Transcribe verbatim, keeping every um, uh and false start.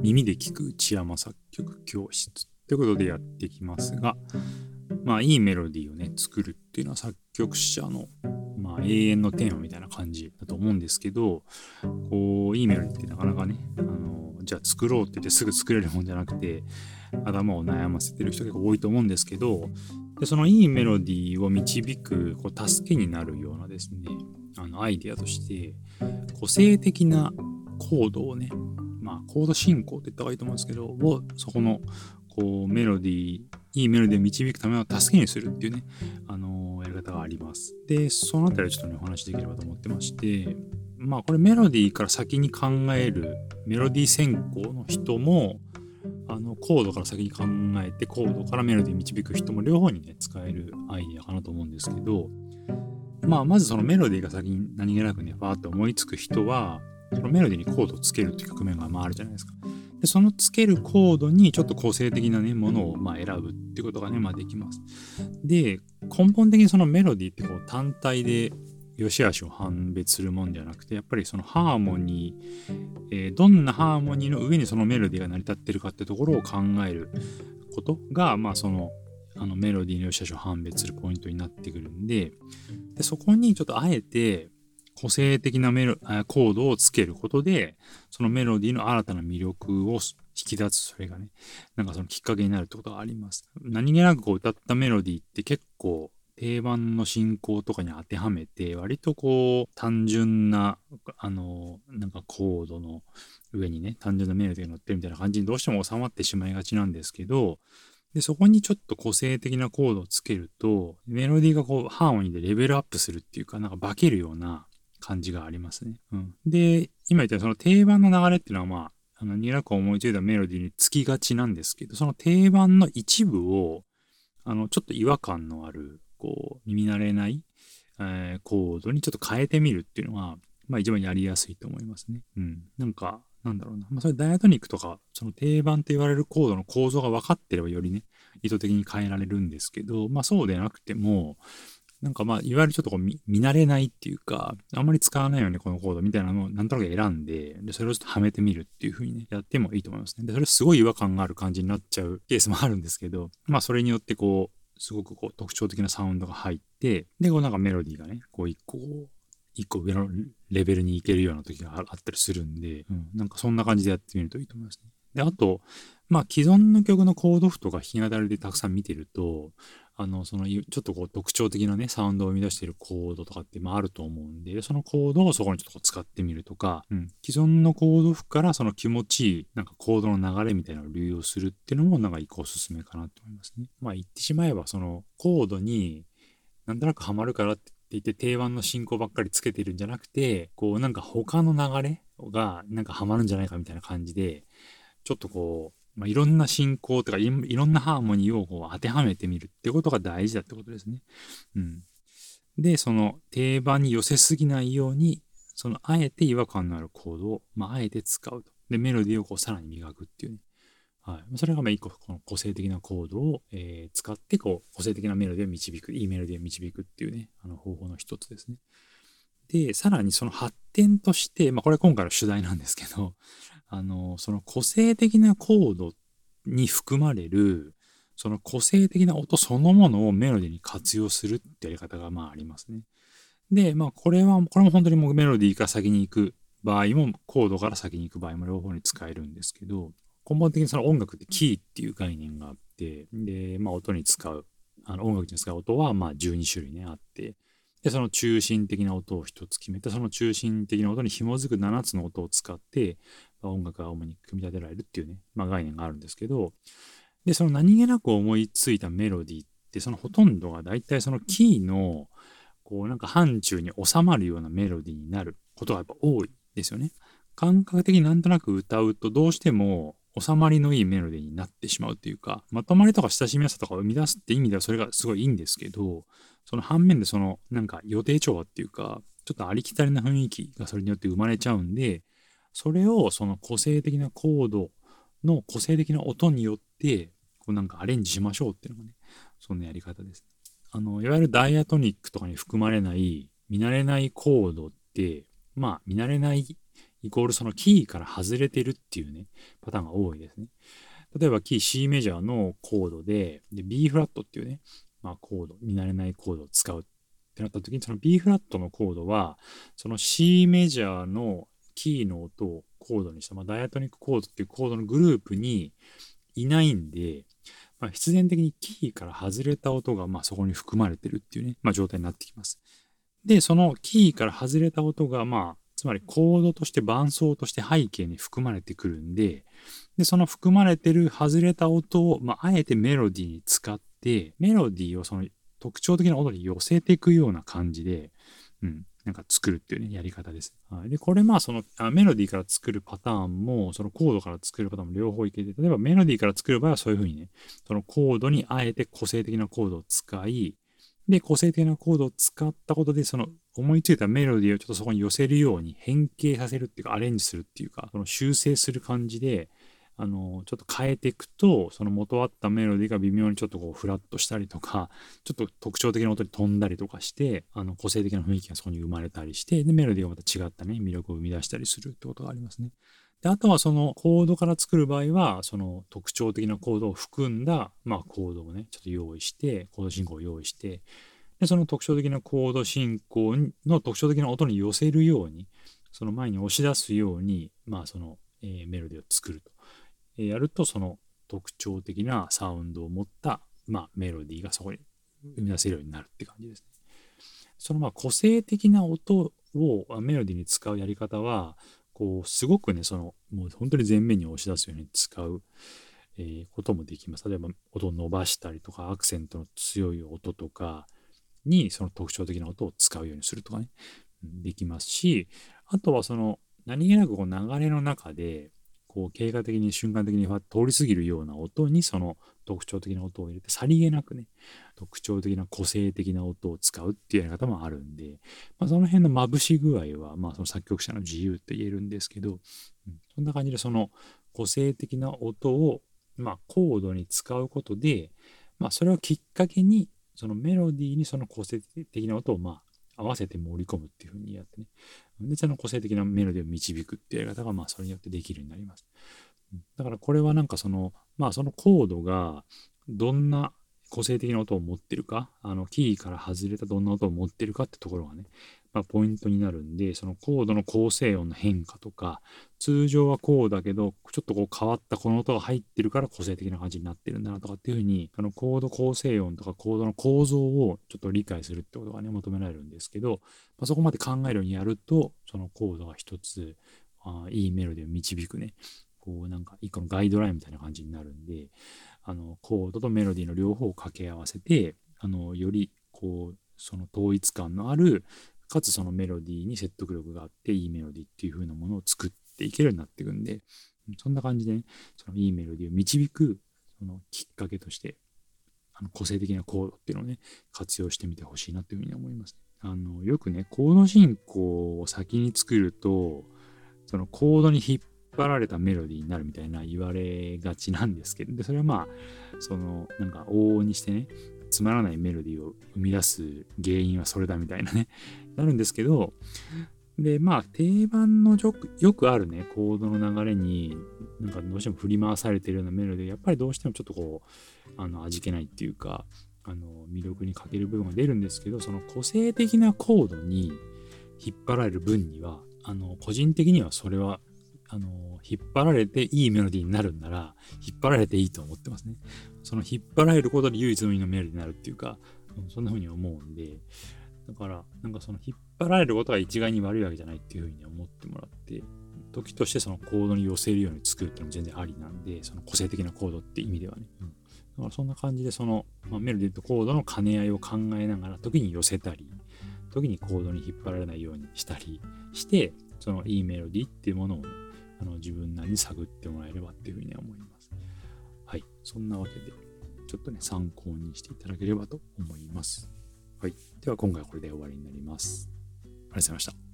耳で聞く内山作曲教室ということでやっていきますが、まあいいメロディーをね作るっていうのは作曲者のまあ永遠のテーマみたいな感じだと思うんですけど、こういいメロディーってなかなかね、あのじゃあ作ろうって言ってすぐ作れるもんじゃなくて、頭を悩ませてる人結構多いと思うんですけど、でそのいいメロディーを導くこう助けになるようなですね、あのアイデアとして個性的なコードをね、まあコード進行って言った方がいいと思うんですけど、をそこのこうメロディー、いいメロディーを導くための助けにするっていうね、あのー、やり方があります。で、そのあたりをちょっとね、お話しできればと思ってまして、まあこれメロディーから先に考えるメロディー先行の人も、あのコードから先に考えてコードからメロディー導く人も両方にね使えるアイデアかなと思うんですけど、まあまずそのメロディーが先に何気なくねバーッと思いつく人はそのメロディーにコードをつけるっていう局面がまああるじゃないですか。でそのつけるコードにちょっと個性的なねものをまあ選ぶっていうことがねまあできます。で根本的にそのメロディーってこう単体で良し悪しを判別するもんじゃなくて、やっぱりそのハーモニー、えー、どんなハーモニーの上にそのメロディーが成り立ってるかってところを考えることが、まあそのあのメロディーの良し悪しを判別するポイントになってくるんで、でそこにちょっとあえて個性的なメロコードをつけることで、そのメロディーの新たな魅力を引き出す、それがね、なんかそのきっかけになるってことがあります。何気なくこう歌ったメロディーって結構定番の進行とかに当てはめて、割とこう単純なあのなんかコードの上にね単純なメロディーが乗ってるみたいな感じにどうしても収まってしまいがちなんですけど、でそこにちょっと個性的なコードをつけるとメロディーがこうハーモニーでレベルアップするっていうか、なんか化けるような感じがありますね。うん、で今言ったその定番の流れっていうのはまああのにらく思いついたメロディーにつきがちなんですけど、その定番の一部をあのちょっと違和感のあるこう耳慣れない、えー、コードにちょっと変えてみるっていうのは、まあ、一番やりやすいと思いますね。うん。なんか、なんだろうな。まあ、それダイアトニックとか、その定番と言われるコードの構造が分かってればよりね、意図的に変えられるんですけど、まあそうでなくても、なんかまあ、いわゆるちょっとこう見、見慣れないっていうか、あんまり使わないよね、このコードみたいなのをなんとなく選んで、で、それをちょっとはめてみるっていう風にね、やってもいいと思いますね。で、それすごい違和感がある感じになっちゃうケースもあるんですけど、まあそれによってこう、すごくこう特徴的なサウンドが入って、で、こうなんかメロディーがね、こう一個、一個上のレベルに行けるような時があったりするんで、うん、なんかそんな感じでやってみるといいと思いますね。で、あと、まあ既存の曲のコード譜とか弾き語りでたくさん見てると、あの、その、ちょっとこう特徴的なね、サウンドを生み出しているコードとかって、まああると思うんで、そのコードをそこにちょっとこう使ってみるとか、うん、既存のコード譜からその気持ちいい、なんかコードの流れみたいなのを流用するっていうのも、なんか一個おすすめかなと思いますね。まあ言ってしまえば、そのコードになんとなくハマるからって言って定番の進行ばっかりつけてるんじゃなくて、こうなんか他の流れがなんかハマるんじゃないかみたいな感じで、ちょっとこう、まあ、いろんな進行とかいろんなハーモニーをこう当てはめてみるってことが大事だってことですね。うん。で、その定番に寄せすぎないように、そのあえて違和感のあるコードを、まあ、あえて使うと。で、メロディーをこうさらに磨くっていうね。はい。それがまあ一個、この個性的なコードを、えー、使って、こう、個性的なメロディーを導く、いいメロディーを導くっていうね、あの方法の一つですね。で、さらにその発展として、まあこれ今回の主題なんですけど、あの、その個性的なコードに含まれる、その個性的な音そのものをメロディーに活用するってやり方がまあありますね。で、まあこれは、これも本当にもうメロディーから先に行く場合も、コードから先に行く場合も両方に使えるんですけど、根本的にその音楽ってキーっていう概念があって、で、まあ音に使う、あの音楽に使う音はまあじゅうに種類ねあって、で、その中心的な音を一つ決めて、その中心的な音に紐づくななつの音を使って、まあ、音楽が主に組み立てられるっていうね、まあ概念があるんですけど、で、その何気なく思いついたメロディーって、そのほとんどが大体そのキーの、こうなんか範疇に収まるようなメロディーになることがやっぱ多いですよね。感覚的になんとなく歌うとどうしても収まりのいいメロディーになってしまうというか、まとまりとか親しみやすさとかを生み出すって意味ではそれがすごいいいんですけど、その反面でそのなんか予定調和っていうか、ちょっとありきたりな雰囲気がそれによって生まれちゃうんで、それをその個性的なコードの個性的な音によってこうなんかアレンジしましょうっていうのがね、そんなやり方です。あの、いわゆるダイアトニックとかに含まれない見慣れないコードって、まあ見慣れないイコールそのキーから外れてるっていうね、パターンが多いですね。例えばキー C メジャーのコードで、で B フラットっていうね、まあコード、見慣れないコードを使うってなった時に、その B フラットのコードは、その C メジャーのキーの音をコードにした、まあ、ダイアトニックコードっていうコードのグループにいないんで、まあ、必然的にキーから外れた音がまあそこに含まれてるっていうね、まあ、状態になってきます。で、そのキーから外れた音がまあ、つまりコードとして伴奏として背景に含まれてくるんで、で、その含まれてる外れた音を、まあ、あえてメロディーに使って、メロディーをその特徴的な音に寄せていくような感じで、うん、なんか作るっていうね、やり方です。はい、で、これまあそのあメロディーから作るパターンも、そのコードから作るパターンも両方いけて、例えばメロディーから作る場合はそういう風にね、そのコードにあえて個性的なコードを使い、で、個性的なコードを使ったことで、その思いついたメロディーをちょっとそこに寄せるように変形させるっていうか、アレンジするっていうか、その修正する感じで、あの、ちょっと変えていくと、その元あったメロディーが微妙にちょっとこうフラットしたりとか、ちょっと特徴的な音に飛んだりとかして、あの、個性的な雰囲気がそこに生まれたりして、で、メロディーがまた違ったね、魅力を生み出したりするってことがありますね。で、あとはそのコードから作る場合は、その特徴的なコードを含んだ、まあコードをね、ちょっと用意して、コード進行を用意して、で、その特徴的なコード進行の特徴的な音に寄せるように、その前に押し出すように、まあその、えーメロディーを作ると。えーやると、その特徴的なサウンドを持った、まあメロディーがそこに生み出せるようになるって感じですね。そのまあ個性的な音をメロディーに使うやり方は、こう、すごくね、その、もう本当に前面に押し出すように使う、えーこともできます。例えば、音を伸ばしたりとか、アクセントの強い音とかに、その特徴的な音を使うようにするとかね、できますし、あとはその、何気なくこう流れの中で、こう、経過的に瞬間的に通り過ぎるような音に、その特徴的な音を入れて、さりげなくね、特徴的な個性的な音を使うっていうやり方もあるんで、まあ、その辺のまぶし具合は、まあ、その作曲者の自由って言えるんですけど、うん、そんな感じでその個性的な音を、まあ、コードに使うことで、まあ、それをきっかけに、そのメロディーにその個性的な音を、まあ、合わせて盛り込むっていう風にやってね。で、その個性的なメロディーを導くっていうやり方が、まあ、それによってできるようになります。だからこれはなんかその、まあ、そのコードがどんな個性的な音を持ってるか、あの、キーから外れたどんな音を持ってるかってところがね、まあ、ポイントになるんで、そのコードの構成音の変化とか、通常はこうだけど、ちょっとこう変わったこの音が入ってるから個性的な感じになってるんだなとかっていうふうに、あのコード構成音とかコードの構造をちょっと理解するってことがね、求められるんですけど、まあ、そこまで考えるようにやると、そのコードが一つ、あいいメロディーを導くね、こうなんか一個のガイドラインみたいな感じになるんで、あのコードとメロディーの両方を掛け合わせて、あのよりこうその統一感のある、かつそのメロディーに説得力があっていいメロディーっていう風なものを作っていけるようになっていくんで、そんな感じでね、そのいいメロディーを導くそのきっかけとして、あの個性的なコードっていうのをね、活用してみてほしいなというふうに思います。あのよくね、コード進行を先に作ると、そのコードに引っ張られたメロディーになるみたいな言われがちなんですけど、でそれはまあ、そのなんか往々にしてね、つまらないメロディーを生み出す原因はそれだみたいなね、なるんですけど、で、まあ、定番のよくよくあるね、コードの流れに、なんかどうしても振り回されてるようなメロディー、やっぱりどうしてもちょっとこう、あの、味気ないっていうか、あの、魅力に欠ける部分が出るんですけど、その個性的なコードに引っ張られる分には、あの、個人的にはそれは、あの、引っ張られていいメロディーになるんなら、引っ張られていいと思ってますね。その引っ張られることで唯一無二のメロディーになるっていうか、そんな風に思うんで、だから、なんかその引っ張られることが一概に悪いわけじゃないっていう風に思ってもらって、時としてそのコードに寄せるように作るっていうのも全然ありなんで、その個性的なコードって意味ではね。うん、だからそんな感じで、その、まあ、メロディーとコードの兼ね合いを考えながら、時に寄せたり、時にコードに引っ張られないようにしたりして、そのいいメロディーっていうものをね、あの自分なりに探ってもらえればっていうふうに思います。はい。そんなわけで、ちょっとね、参考にしていただければと思います。はい。では今回はこれで終わりになります。ありがとうございました。